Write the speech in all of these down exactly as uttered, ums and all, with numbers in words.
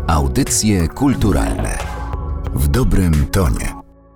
Audycje kulturalne w dobrym tonie.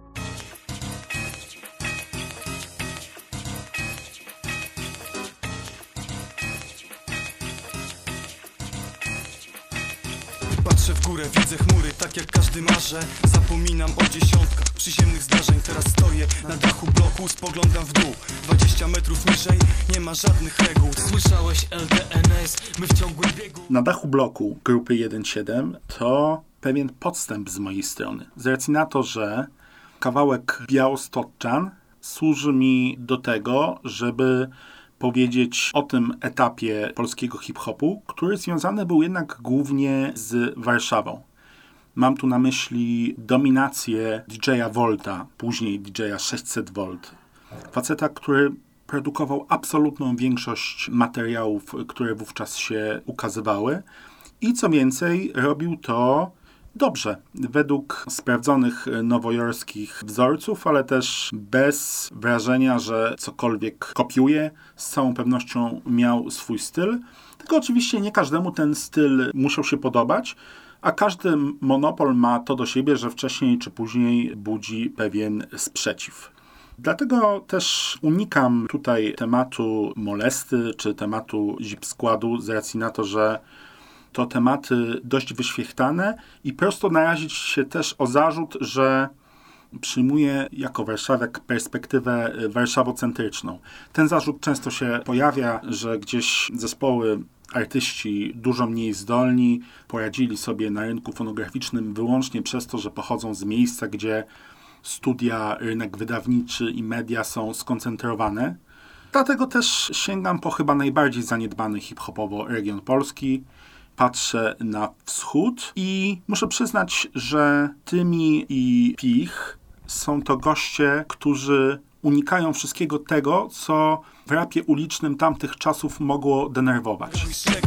Patrzę w górę, widzę chmury, tak jak każdy marze. Zapominam o dziesiątkach przyziemnych zdarzeń. Teraz stoję na dachu bloku, spoglądam w dół. Dwadzieścia metrów niżej, nie ma żadnych reguł. Słyszałeś L D N S, my w ciągłym biegu. Na dachu bloku grupy jeden siedem to pewien podstęp z mojej strony. Z racji na to, że kawałek Białostoczan służy mi do tego, żeby powiedzieć o tym etapie polskiego hip-hopu, który związany był jednak głównie z Warszawą. Mam tu na myśli dominację D J a Volta, później D J a sześćset volt. Faceta, który produkował absolutną większość materiałów, które wówczas się ukazywały i co więcej, robił to dobrze, według sprawdzonych nowojorskich wzorców, ale też bez wrażenia, że cokolwiek kopiuje. Z całą pewnością miał swój styl. Tylko oczywiście nie każdemu ten styl musiał się podobać, a każdy monopol ma to do siebie, że wcześniej czy później budzi pewien sprzeciw. Dlatego też unikam tutaj tematu molesty czy tematu Zip Składu z racji na to, że to tematy dość wyświechtane i prosto narazić się też o zarzut, że przyjmuje jako warszawiak perspektywę warszawocentryczną. Ten zarzut często się pojawia, że gdzieś zespoły, artyści dużo mniej zdolni poradzili sobie na rynku fonograficznym wyłącznie przez to, że pochodzą z miejsca, gdzie studia, rynek wydawniczy i media są skoncentrowane. Dlatego też sięgam po chyba najbardziej zaniedbany hip-hopowo region Polski. Patrzę na wschód i muszę przyznać, że Tymi i Pich są to goście, którzy unikają wszystkiego tego, co w rapie ulicznym tamtych czasów mogło denerwować.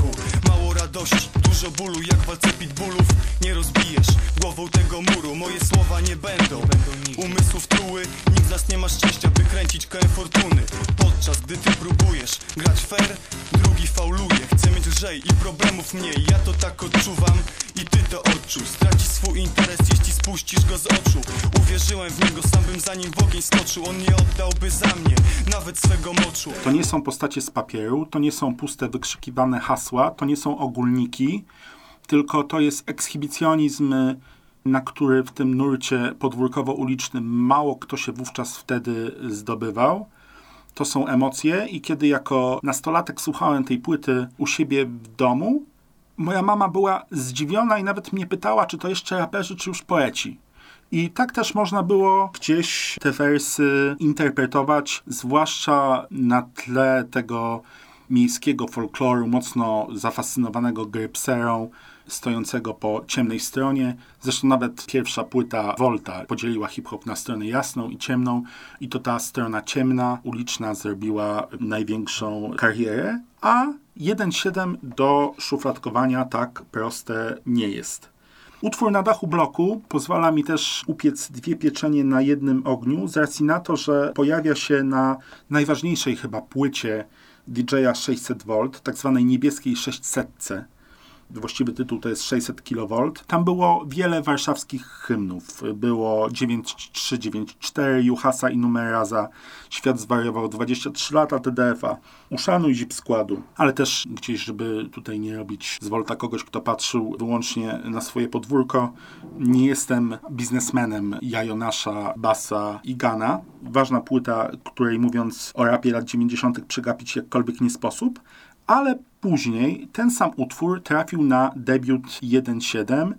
Mało radości, dużo bólu, jak w walce pitbullów. Nie rozbijesz głową tego muru, moje słowa nie będą umysłów truły. Nikt z nas nie ma szczęścia, by kręcić kołem fortuny. Podczas gdy ty próbujesz grać fair, drugi fauluje. Chce mieć lżej i problemów mniej. Ja to tak odczuwam i ty to odczuł. Straci swój interes, jeśli spuścisz go z oczu. Uwierzyłem w niego, sam bym za nim w ogień skoczył. On nie oddałby za mnie nawet swego moczu. To nie są postacie z papieru, to nie są puste wykrzykiwane hasła, to nie są ogólniki, tylko to jest ekshibicjonizm, na który w tym nurcie podwórkowo-ulicznym mało kto się wówczas wtedy zdobywał. To są emocje i kiedy jako nastolatek słuchałem tej płyty u siebie w domu, moja mama była zdziwiona i nawet mnie pytała, czy to jeszcze raperzy, czy już poeci. I tak też można było gdzieś te wersy interpretować, zwłaszcza na tle tego miejskiego folkloru, mocno zafascynowanego Grypserą, stojącego po ciemnej stronie. Zresztą nawet pierwsza płyta Volta podzieliła hip-hop na stronę jasną i ciemną i to ta strona ciemna, uliczna zrobiła największą karierę, a jeden siedem do szufladkowania tak proste nie jest. Utwór Na dachu bloku pozwala mi też upiec dwie pieczenie na jednym ogniu z racji na to, że pojawia się na najważniejszej chyba płycie D J a sześćset volt, tak zwanej niebieskiej sześćsetce. Właściwy tytuł to jest sześćset kilowolt. Tam było wiele warszawskich hymnów. Było dziewięć trzy dziewięć cztery, Juhasa i Numeraza, Świat zwariował, dwadzieścia trzy lata, T D F a, Uszanuj Zip Składu. Ale też gdzieś, żeby tutaj nie robić z Volta kogoś, kto patrzył wyłącznie na swoje podwórko, nie jestem biznesmenem Jajonasza, Bassa i Gana. Ważna płyta, której mówiąc o rapie lat dziewięćdziesiątych przegapić jakkolwiek nie sposób, ale później ten sam utwór trafił na debiut jeden siedem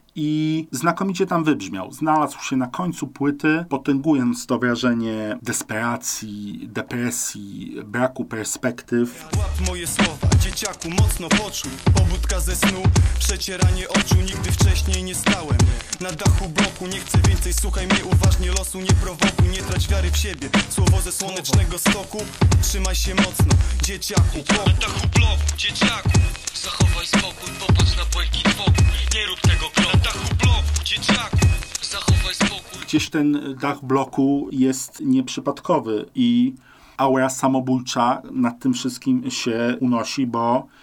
i znakomicie tam wybrzmiał. Znalazł się na końcu płyty, potęgując to wrażenie desperacji, depresji, braku perspektyw. Łap moje słowa, dzieciaku, mocno poczuj. Pobudka ze snu, przecieranie oczu. Nigdy wcześniej nie stałem na dachu bloku. Nie chcę więcej, słuchaj mnie uważnie. Losu nie prowokuj, nie trać wiary w siebie. Słowo ze słonecznego stoku, trzymaj się mocno, dzieciaku. Na dachu bloku, dzieciaku, zachowaj spokój, popatrz na błękit wokół. Nie rób tego kroku. Na dachu bloku, dzieciaku, zachowaj spokój. Gdzieś ten dach bloku jest nieprzypadkowy i aura samobójcza nad tym wszystkim się unosi, bo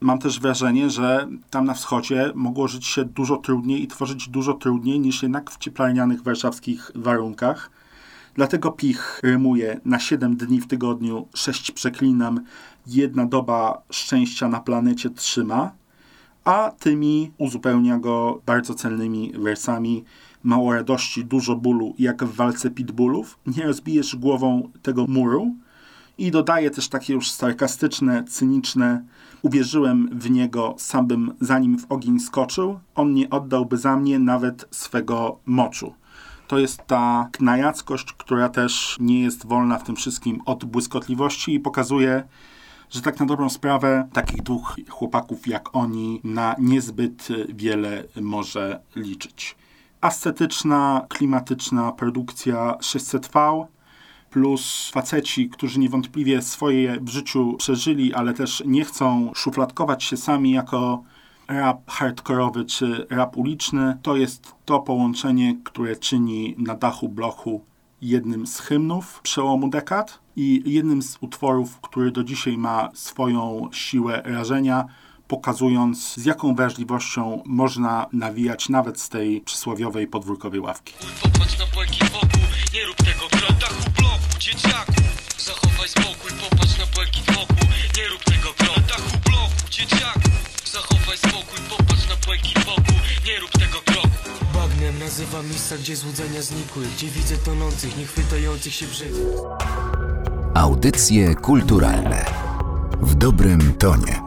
mam też wrażenie, że tam na wschodzie mogło żyć się dużo trudniej i tworzyć dużo trudniej niż jednak w cieplarnianych warszawskich warunkach. Dlatego Pich rymuje na siedem dni w tygodniu, sześć przeklinam, jedna doba szczęścia na planecie trzyma, a tymi uzupełnia go bardzo cennymi wersami. Mało radości, dużo bólu, jak w walce pitbullów. Nie rozbijesz głową tego muru. I dodaje też takie już sarkastyczne, cyniczne. Uwierzyłem w niego, sam bym zanim w ogień skoczył. On nie oddałby za mnie nawet swego moczu. To jest ta knajackość, która też nie jest wolna w tym wszystkim od błyskotliwości i pokazuje, że tak na dobrą sprawę takich dwóch chłopaków jak oni na niezbyt wiele może liczyć. Ascetyczna, klimatyczna produkcja sześćset V plus faceci, którzy niewątpliwie swoje w życiu przeżyli, ale też nie chcą szufladkować się sami jako rap hardkorowy czy rap uliczny. To jest to połączenie, które czyni Na dachu bloku jednym z hymnów przełomu dekad i jednym z utworów, który do dzisiaj ma swoją siłę rażenia, pokazując, z jaką wrażliwością można nawijać nawet z tej przysłowiowej podwórkowej ławki. Popatrz na błękit wokół, nie rób tego kroku. Na dachu bloku, dzieciaku, zachowaj spokój. Popatrz na błękit wokół, nie rób tego kroku. Na dachu bloku, dzieciaku, zachowaj spokój. Popatrz na błękit wokół, nie rób tego kroku. Bagnem nazywa miejsca, gdzie złudzenia znikły, gdzie widzę tonących, nie chwytających się brzegu. Audycje kulturalne w dobrym tonie.